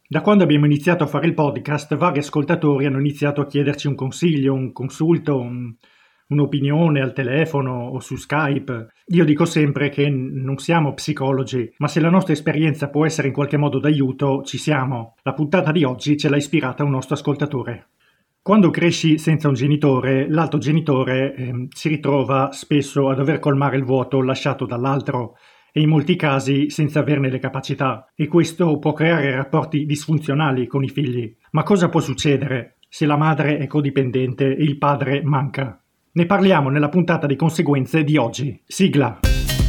Da quando abbiamo iniziato a fare il podcast, vari ascoltatori hanno iniziato a chiederci un consiglio, un consulto, un'opinione al telefono o su Skype. Io dico sempre che non siamo psicologi, ma se la nostra esperienza può essere in qualche modo d'aiuto, ci siamo. La puntata di oggi ce l'ha ispirata un nostro ascoltatore. Quando cresci senza un genitore, l'altro genitore si ritrova spesso a dover colmare il vuoto lasciato dall'altro e in molti casi senza averne le capacità, e questo può creare rapporti disfunzionali con i figli. Ma cosa può succedere se la madre è codipendente e il padre manca? Ne parliamo nella puntata di conseguenze di oggi. Sigla!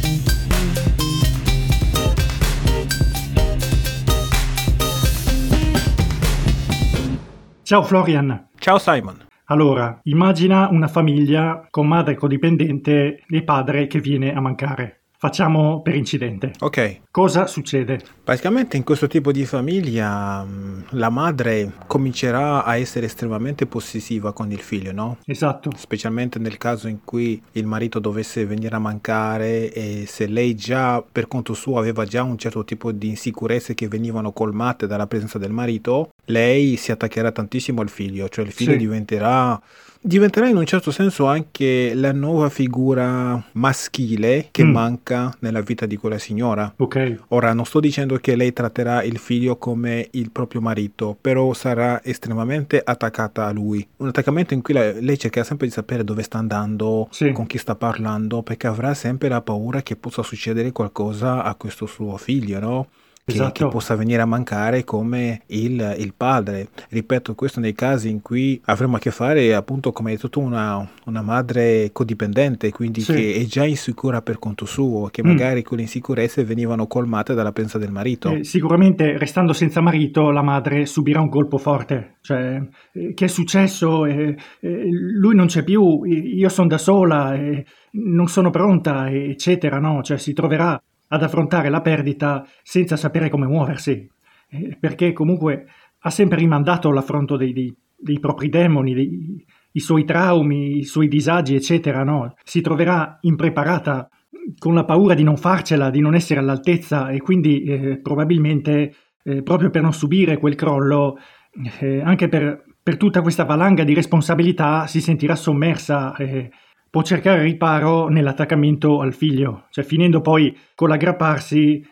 Ciao Florian! Ciao Simon! Allora, immagina una famiglia con madre codipendente e padre che viene a mancare. Facciamo per incidente. Ok. Cosa succede? Praticamente in questo tipo di famiglia la madre comincerà a essere estremamente possessiva con il figlio, no? Esatto. Specialmente nel caso in cui il marito dovesse venire a mancare e se lei già per conto suo aveva già un certo tipo di insicurezze che venivano colmate dalla presenza del marito, lei si attaccherà tantissimo al figlio, cioè il figlio diventerà in un certo senso anche la nuova figura maschile che manca nella vita di quella signora. Ok. Ora, non sto dicendo che lei tratterà il figlio come il proprio marito, però sarà estremamente attaccata a lui. Un attaccamento in cui lei cercherà sempre di sapere dove sta andando, con chi sta parlando, perché avrà sempre la paura che possa succedere qualcosa a questo suo figlio, no? Che possa venire a mancare come il padre. Ripeto, questo nei casi in cui avremo a che fare, appunto, come hai detto tu, una madre codipendente, quindi che è già insicura per conto suo, che magari quelle insicurezze venivano colmate dalla presenza del marito. Sicuramente, restando senza marito, la madre subirà un colpo forte. Cioè, che è successo? Lui non c'è più, io sono da sola, non sono pronta, eccetera, no? Cioè, si troverà ad affrontare la perdita senza sapere come muoversi, perché comunque ha sempre rimandato l'affronto dei propri demoni, i suoi traumi, i suoi disagi, eccetera, no? Si troverà impreparata, con la paura di non farcela, di non essere all'altezza, e quindi probabilmente, proprio per non subire quel crollo, anche per tutta questa valanga di responsabilità, si sentirà sommersa, può cercare riparo nell'attaccamento al figlio, cioè finendo poi con l'aggrapparsi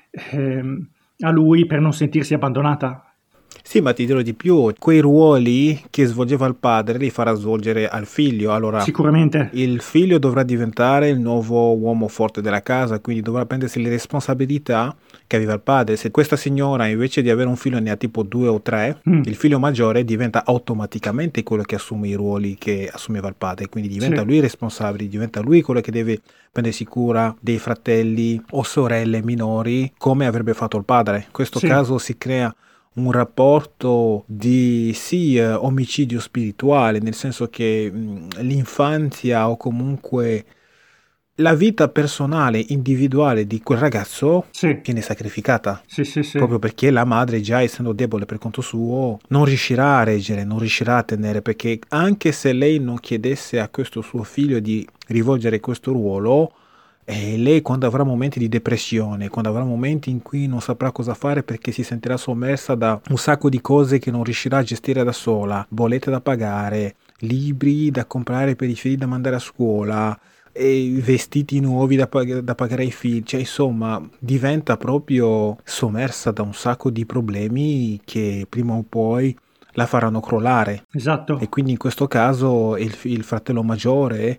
a lui per non sentirsi abbandonata. Sì, ma ti dirò di più, quei ruoli che svolgeva il padre li farà svolgere al figlio. Allora, sicuramente il figlio dovrà diventare il nuovo uomo forte della casa, quindi dovrà prendersi le responsabilità che aveva il padre. Se questa signora invece di avere un figlio ne ha tipo 2 o 3, il figlio maggiore diventa automaticamente quello che assume i ruoli che assumeva il padre, quindi diventa lui responsabile, diventa lui quello che deve prendersi cura dei fratelli o sorelle minori come avrebbe fatto il padre. In questo caso si crea un rapporto di omicidio spirituale, nel senso che l'infanzia o comunque la vita personale, individuale di quel ragazzo viene sacrificata. Proprio perché la madre, già essendo debole per conto suo, non riuscirà a reggere, non riuscirà a tenere, perché anche se lei non chiedesse a questo suo figlio di rivolgere questo ruolo, e lei, quando avrà momenti di depressione, quando avrà momenti in cui non saprà cosa fare perché si sentirà sommersa da un sacco di cose che non riuscirà a gestire da sola, bollette da pagare, libri da comprare per i figli da mandare a scuola, e vestiti nuovi da pagare ai figli, cioè insomma diventa proprio sommersa da un sacco di problemi che prima o poi la faranno crollare. Esatto. E quindi in questo caso il fratello maggiore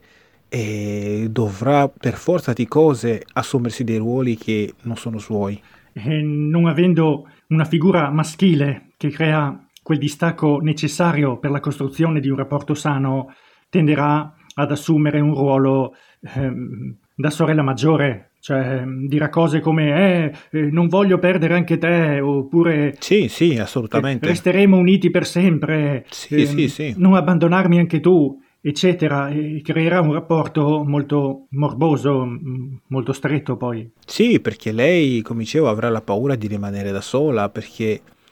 dovrà per forza di cose assumersi dei ruoli che non sono suoi. Non avendo una figura maschile che crea quel distacco necessario per la costruzione di un rapporto sano, tenderà ad assumere un ruolo da sorella maggiore, cioè dirà cose come non voglio perdere anche te, oppure sì, assolutamente, resteremo uniti per sempre, sì. Non abbandonarmi anche tu, eccetera, e creerà un rapporto molto morboso, molto stretto poi. Sì, perché lei, come dicevo, avrà la paura di rimanere da sola, perché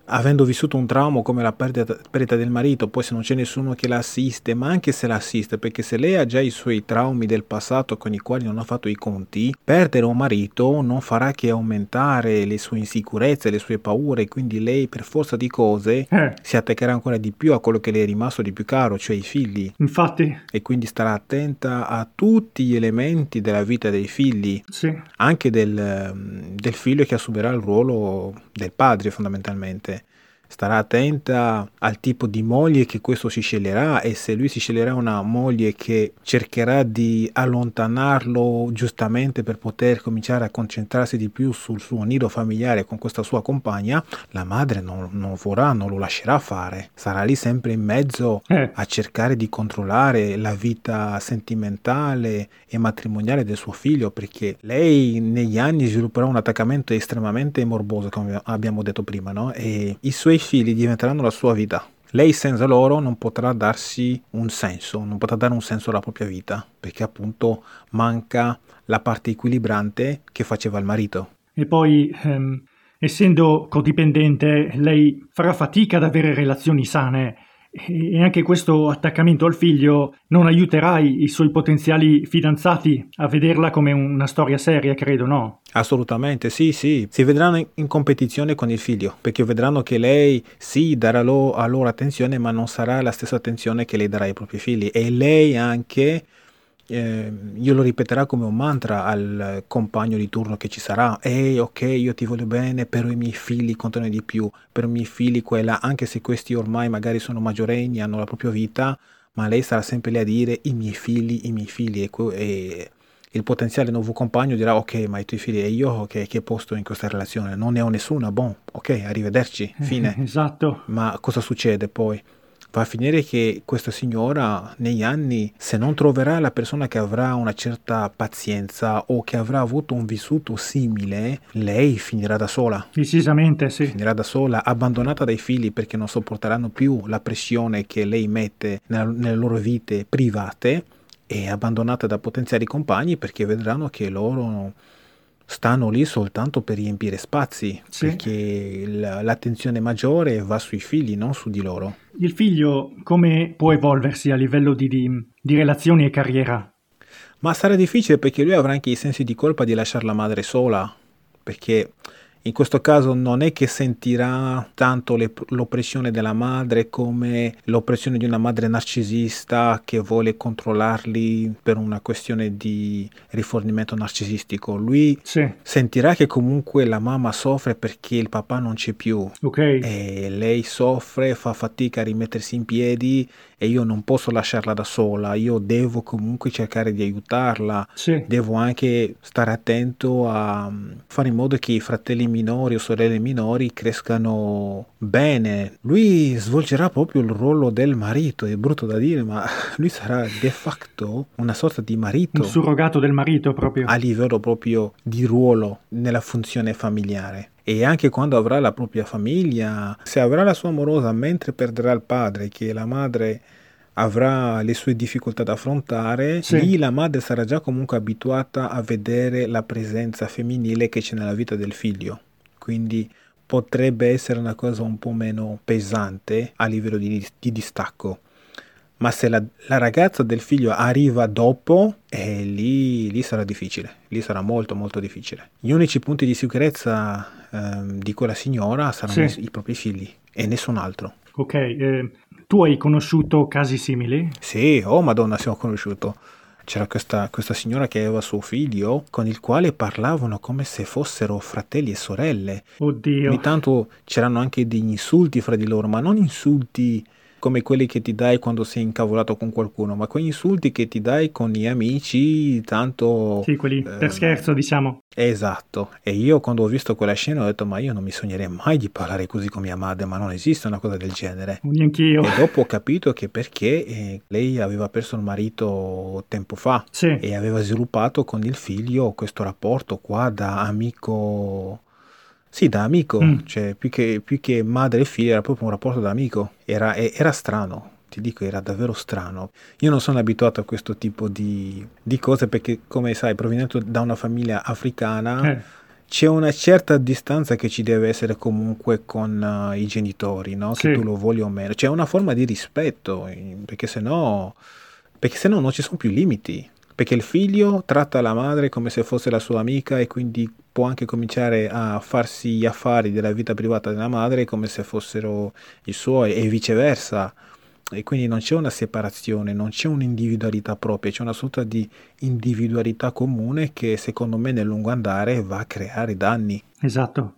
avendo vissuto un trauma come la perdita del marito, poi se non c'è nessuno che la assiste, ma anche se la assiste, perché se lei ha già i suoi traumi del passato con i quali non ha fatto i conti, perdere un marito non farà che aumentare le sue insicurezze, le sue paure, quindi lei per forza di cose si attaccherà ancora di più a quello che le è rimasto di più caro, cioè i figli. Infatti. E quindi starà attenta a tutti gli elementi della vita dei figli, sì. Anche del figlio che assumerà il ruolo del padre fondamentalmente. Starà attenta al tipo di moglie che questo si sceglierà, e se lui si sceglierà una moglie che cercherà di allontanarlo giustamente per poter cominciare a concentrarsi di più sul suo nido familiare con questa sua compagna, la madre non vorrà, non lo lascerà fare. Sarà lì sempre in mezzo a cercare di controllare la vita sentimentale e matrimoniale del suo figlio, perché lei negli anni svilupperà un attaccamento estremamente morboso, come abbiamo detto prima, no? E i suoi figli diventeranno la sua vita. Lei senza loro non potrà darsi un senso, non potrà dare un senso alla propria vita, perché appunto manca la parte equilibrante che faceva il marito. E poi, essendo codipendente, lei farà fatica ad avere relazioni sane, e anche questo attaccamento al figlio non aiuterà i suoi potenziali fidanzati a vederla come una storia seria, credo, no? Assolutamente, sì, si vedranno in competizione con il figlio, perché vedranno che lei sì darà a loro attenzione, ma non sarà la stessa attenzione che lei darà ai propri figli, e lei anche glielo ripeterà come un mantra al compagno di turno che ci sarà: ok, io ti voglio bene, però i miei figli contano di più, per i miei figli quella, anche se questi ormai magari sono maggiorenni, hanno la propria vita, ma lei sarà sempre lì a dire i miei figli, e il potenziale nuovo compagno dirà: ok, ma i tuoi figli e io che posto in questa relazione? Non ne ho nessuna, ok, arrivederci, fine. Esatto. Ma cosa succede poi? Va a finire che questa signora negli anni, se non troverà la persona che avrà una certa pazienza o che avrà avuto un vissuto simile, lei finirà da sola. Decisamente, sì. Finirà da sola, abbandonata dai figli, perché non sopporteranno più la pressione che lei mette nelle loro vite private, e abbandonata da potenziali compagni, perché vedranno che loro stanno lì soltanto per riempire spazi, perché l'attenzione maggiore va sui figli, non su di loro. Il figlio come può evolversi a livello di relazioni e carriera? Ma sarà difficile, perché lui avrà anche i sensi di colpa di lasciare la madre sola, perché in questo caso non è che sentirà tanto l'oppressione della madre come l'oppressione di una madre narcisista che vuole controllarli per una questione di rifornimento narcisistico. Lui sentirà che comunque la mamma soffre perché il papà non c'è più, e lei soffre, fa fatica a rimettersi in piedi, e io non posso lasciarla da sola, io devo comunque cercare di aiutarla, devo anche stare attento a fare in modo che i fratelli minori o sorelle minori crescano bene. Lui svolgerà proprio il ruolo del marito, è brutto da dire, ma lui sarà de facto una sorta di marito, un surrogato del marito proprio, a livello proprio di ruolo nella funzione familiare. E anche quando avrà la propria famiglia, se avrà la sua amorosa mentre perderà il padre, che la madre avrà le sue difficoltà da affrontare, lì la madre sarà già comunque abituata a vedere la presenza femminile che c'è nella vita del figlio. Quindi potrebbe essere una cosa un po' meno pesante a livello di distacco. Ma se la ragazza del figlio arriva dopo, lì sarà difficile, lì sarà molto molto difficile. Gli unici punti di sicurezza di quella signora saranno i propri figli e nessun altro. Ok, tu hai conosciuto casi simili? Sì, oh madonna, se ho conosciuto. C'era questa signora che aveva suo figlio con il quale parlavano come se fossero fratelli e sorelle. Oddio. Ogni tanto c'erano anche degli insulti fra di loro, ma non insulti come quelli che ti dai quando sei incavolato con qualcuno, ma quegli insulti che ti dai con gli amici, tanto... Sì, quelli per scherzo, diciamo. Esatto. E io quando ho visto quella scena ho detto: ma io non mi sognerei mai di parlare così con mia madre, ma non esiste una cosa del genere. Neanch'io. E dopo ho capito che perché lei aveva perso il marito tempo fa e aveva sviluppato con il figlio questo rapporto qua da amico... Sì, da amico, cioè più che madre e figlio era proprio un rapporto da amico. Era strano, ti dico, era davvero strano. Io non sono abituato a questo tipo di cose, perché come sai, provenendo da una famiglia africana, c'è una certa distanza che ci deve essere comunque con i genitori, no? Che tu lo voglia o meno. C'è una forma di rispetto, perché sennò non ci sono più limiti. Perché il figlio tratta la madre come se fosse la sua amica e quindi può anche cominciare a farsi gli affari della vita privata della madre come se fossero i suoi e viceversa. E quindi non c'è una separazione, non c'è un'individualità propria, c'è una sorta di individualità comune che secondo me nel lungo andare va a creare danni. Esatto.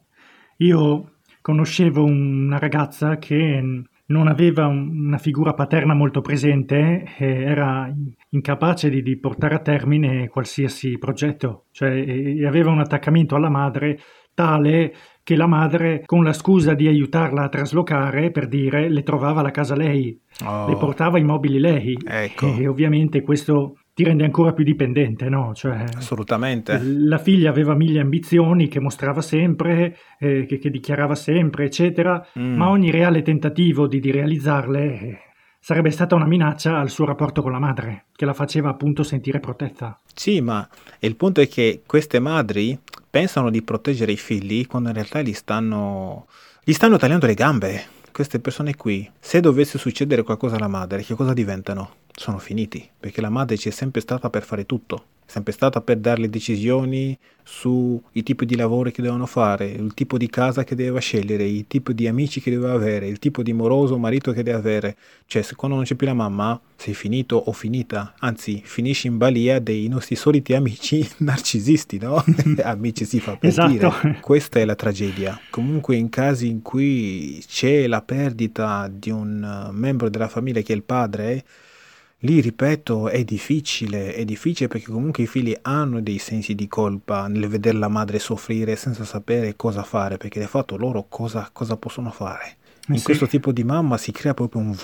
Io conoscevo una ragazza che non aveva una figura paterna molto presente e era incapace di portare a termine qualsiasi progetto, cioè e aveva un attaccamento alla madre tale che la madre, con la scusa di aiutarla a traslocare, per dire, le trovava la casa lei, le portava i mobili lei. Ecco. E ovviamente questo ti rende ancora più dipendente, no? Cioè, assolutamente. La figlia aveva mille ambizioni che mostrava sempre, che dichiarava sempre, eccetera, ma ogni reale tentativo di realizzarle sarebbe stata una minaccia al suo rapporto con la madre, che la faceva appunto sentire protetta. Sì, ma il punto è che queste madri pensano di proteggere i figli quando in realtà gli stanno tagliando le gambe. Queste persone qui, se dovesse succedere qualcosa alla madre, che cosa diventano? Sono finiti, perché la madre c'è sempre stata per fare tutto, è sempre stata per dare le decisioni sui tipi di lavori che devono fare, il tipo di casa che doveva scegliere, il tipo di amici che doveva avere, il tipo di moroso marito che deve avere. Cioè, se quando non c'è più la mamma, sei finito o finita, anzi, finisci in balia dei nostri soliti amici narcisisti, no? Amici si fa per dire. Questa è la tragedia. Comunque in casi in cui c'è la perdita di un membro della famiglia che è il padre, lì, ripeto, è difficile perché comunque i figli hanno dei sensi di colpa nel vedere la madre soffrire senza sapere cosa fare, perché di fatto loro cosa possono fare? In questo tipo di mamma si crea proprio un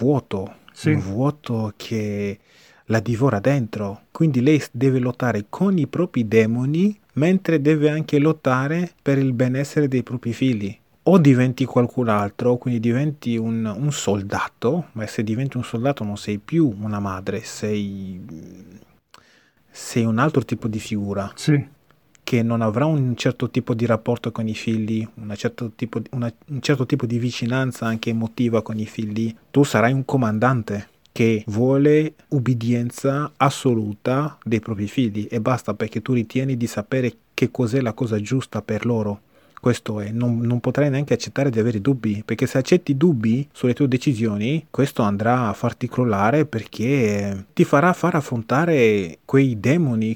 vuoto che la divora dentro, quindi lei deve lottare con i propri demoni mentre deve anche lottare per il benessere dei propri figli. O diventi qualcun altro, quindi diventi un soldato, ma se diventi un soldato non sei più una madre, sei un altro tipo di figura, che non avrà un certo tipo di rapporto con i figli, un certo tipo di vicinanza anche emotiva con i figli. Tu sarai un comandante che vuole ubbidienza assoluta dei propri figli e basta, perché tu ritieni di sapere che cos'è la cosa giusta per loro. Questo è, non potrai neanche accettare di avere dubbi, perché se accetti dubbi sulle tue decisioni, questo andrà a farti crollare, perché ti farà far affrontare quei demoni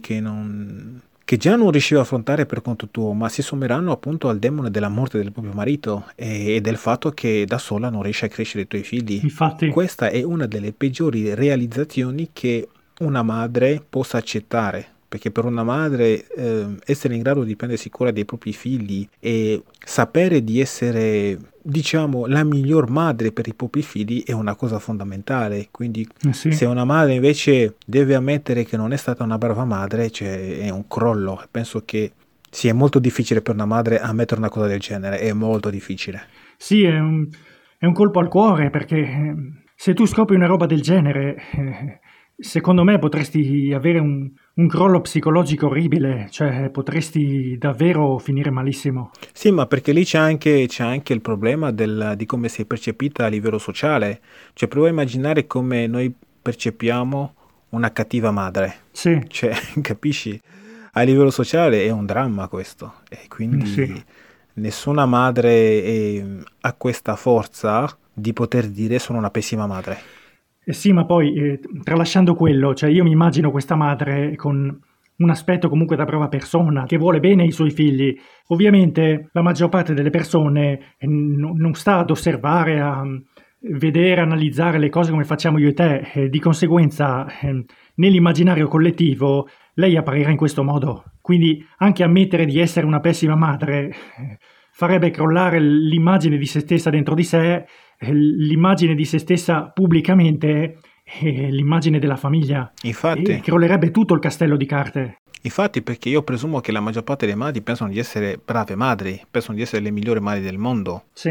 che già non riuscivi a affrontare per conto tuo, ma si sommeranno appunto al demone della morte del proprio marito e del fatto che da sola non riesci a crescere i tuoi figli. Infatti, questa è una delle peggiori realizzazioni che una madre possa accettare. Perché per una madre essere in grado di prendersi cura dei propri figli e sapere di essere, diciamo, la miglior madre per i propri figli è una cosa fondamentale. Quindi se una madre invece deve ammettere che non è stata una brava madre, cioè è un crollo. Penso che sia molto difficile per una madre ammettere una cosa del genere, è molto difficile. Sì, è un colpo al cuore, perché se tu scopri una roba del genere... secondo me potresti avere un crollo psicologico orribile, cioè potresti davvero finire malissimo. Sì, ma perché lì c'è anche il problema di come sei percepita a livello sociale. Cioè, prova a immaginare come noi percepiamo una cattiva madre. Sì. Cioè, capisci? A livello sociale è un dramma questo. E quindi nessuna madre ha questa forza di poter dire sono una pessima madre. Sì, ma poi, tralasciando quello, cioè io mi immagino questa madre con un aspetto comunque da brava persona, che vuole bene ai suoi figli. Ovviamente la maggior parte delle persone non sta ad osservare, a vedere, analizzare le cose come facciamo io e te, di conseguenza nell'immaginario collettivo lei apparirà in questo modo. Quindi anche ammettere di essere una pessima madre farebbe crollare l'immagine di se stessa dentro di sé, l'immagine di se stessa pubblicamente e l'immagine della famiglia. Infatti, e crollerebbe tutto il castello di carte. Infatti, perché io presumo che la maggior parte delle madri pensano di essere brave madri, pensano di essere le migliori madri del mondo. Sì.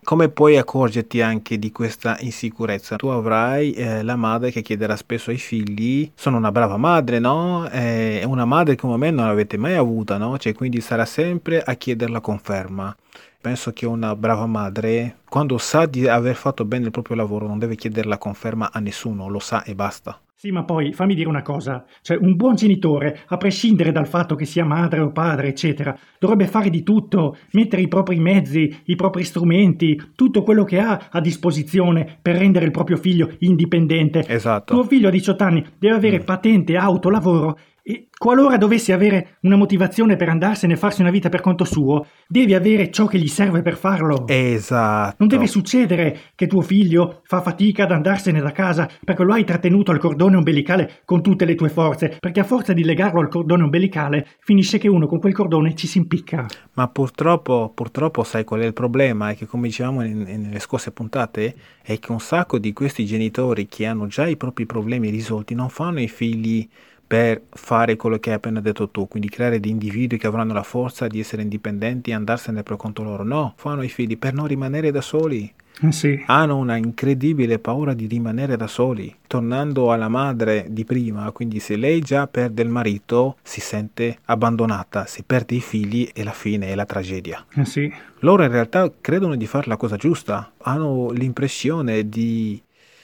Come puoi accorgerti anche di questa insicurezza? Tu avrai la madre che chiederà spesso ai figli: sono una brava madre, no? È una madre come me non l'avete mai avuta, no? Cioè, quindi sarà sempre a chiedere la conferma. Penso che una brava madre, quando sa di aver fatto bene il proprio lavoro, non deve chiedere la conferma a nessuno, lo sa e basta. Sì, ma poi fammi dire una cosa, cioè un buon genitore, a prescindere dal fatto che sia madre o padre, eccetera, dovrebbe fare di tutto, mettere i propri mezzi, i propri strumenti, tutto quello che ha a disposizione per rendere il proprio figlio indipendente. Esatto. Tuo figlio a 18 anni deve avere patente, auto, lavoro e qualora dovessi avere una motivazione per andarsene e farsi una vita per conto suo, devi avere ciò che gli serve per farlo. Esatto. Non deve succedere che tuo figlio fa fatica ad andarsene da casa perché lo hai trattenuto al cordone ombelicale con tutte le tue forze, perché a forza di legarlo al cordone ombelicale finisce che uno con quel cordone ci si impicca. Ma purtroppo sai qual è il problema? È che, come dicevamo nelle scorse puntate, è che un sacco di questi genitori che hanno già i propri problemi risolti non fanno i figli per fare quello che hai appena detto tu, quindi creare degli individui che avranno la forza di essere indipendenti e andarsene per conto loro. No, fanno i figli per non rimanere da soli. Sì. Hanno una incredibile paura di rimanere da soli. Tornando alla madre di prima, quindi se lei già perde il marito, si sente abbandonata, se perde i figli è la fine, è la tragedia. Sì. Loro in realtà credono di fare la cosa giusta, hanno l'impressione di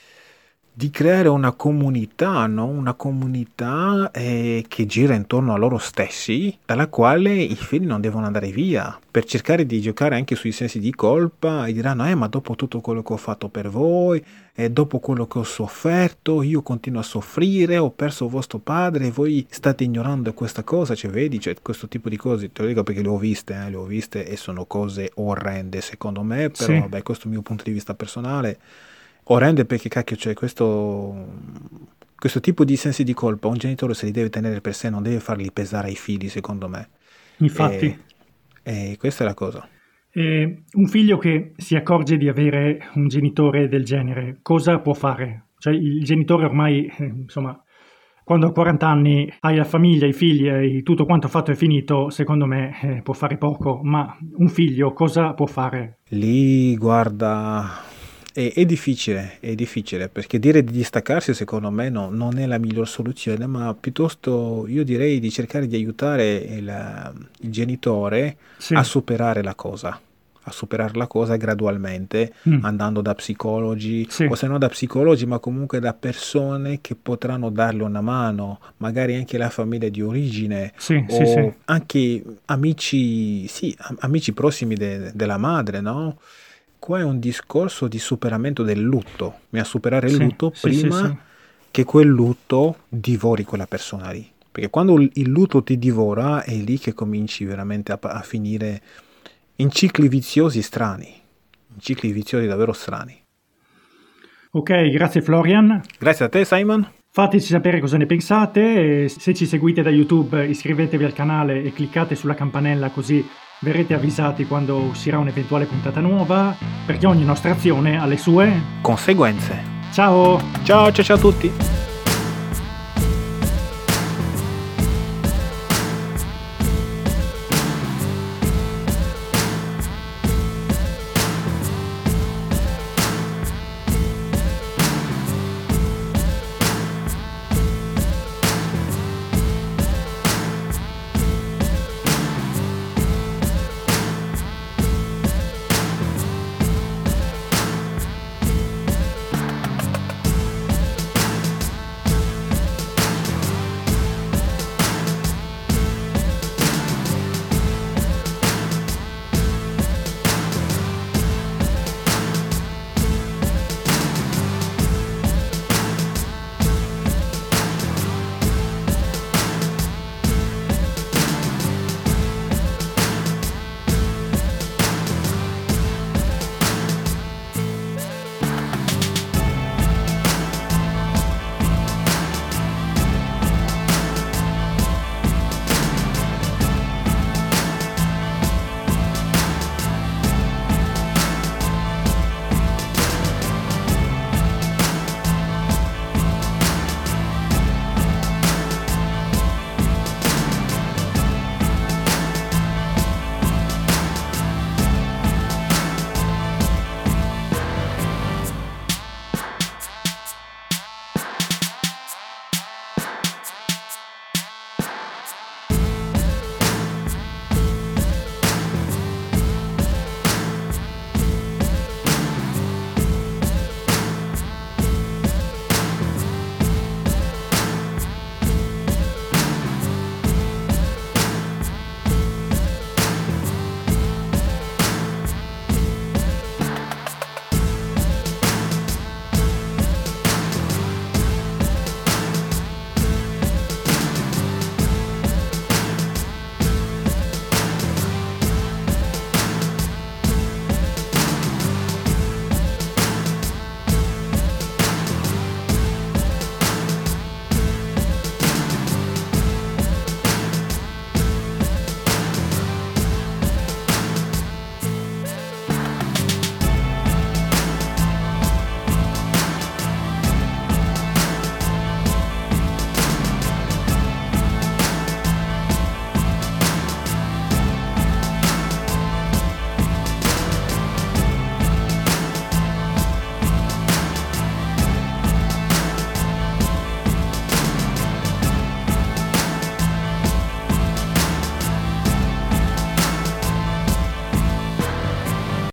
creare una comunità, no? Una comunità che gira intorno a loro stessi, dalla quale i figli non devono andare via, per cercare di giocare anche sui sensi di colpa e diranno: ma dopo tutto quello che ho fatto per voi, e dopo quello che ho sofferto, io continuo a soffrire, ho perso vostro padre e voi state ignorando questa cosa, cioè vedi, cioè, questo tipo di cose, te lo dico perché le ho viste e sono cose orrende secondo me, però Sì. vabbè, questo è il mio punto di vista personale. Orrende perché cacchio c'è questo tipo di sensi di colpa, un genitore se li deve tenere per sé, non deve farli pesare ai figli, secondo me. Infatti. E questa è la cosa. Un figlio che si accorge di avere un genitore del genere, cosa può fare? Cioè il genitore ormai, insomma, quando ha 40 anni, hai la famiglia, i figli, hai tutto quanto fatto e finito, secondo me può fare poco, ma un figlio cosa può fare? Lì, guarda, è difficile, perché dire di distaccarsi secondo me non è la miglior soluzione, ma piuttosto io direi di cercare di aiutare il genitore Sì. a superare la cosa gradualmente, andando da psicologi, Sì. o se no da psicologi, ma comunque da persone che potranno darle una mano, magari anche la famiglia di origine, Sì, o sì. anche amici prossimi della madre, no? Qua è un discorso di superamento del lutto, bisogna superare il lutto prima che quel lutto divori quella persona lì, perché quando il lutto ti divora è lì che cominci veramente a finire in cicli viziosi davvero strani. Ok, grazie Florian. Grazie a te, Simon. Fateci sapere cosa ne pensate, e se ci seguite da YouTube iscrivetevi al canale e cliccate sulla campanella così verrete avvisati quando uscirà un'eventuale puntata nuova, perché ogni nostra azione ha le sue conseguenze. Ciao! Ciao a tutti!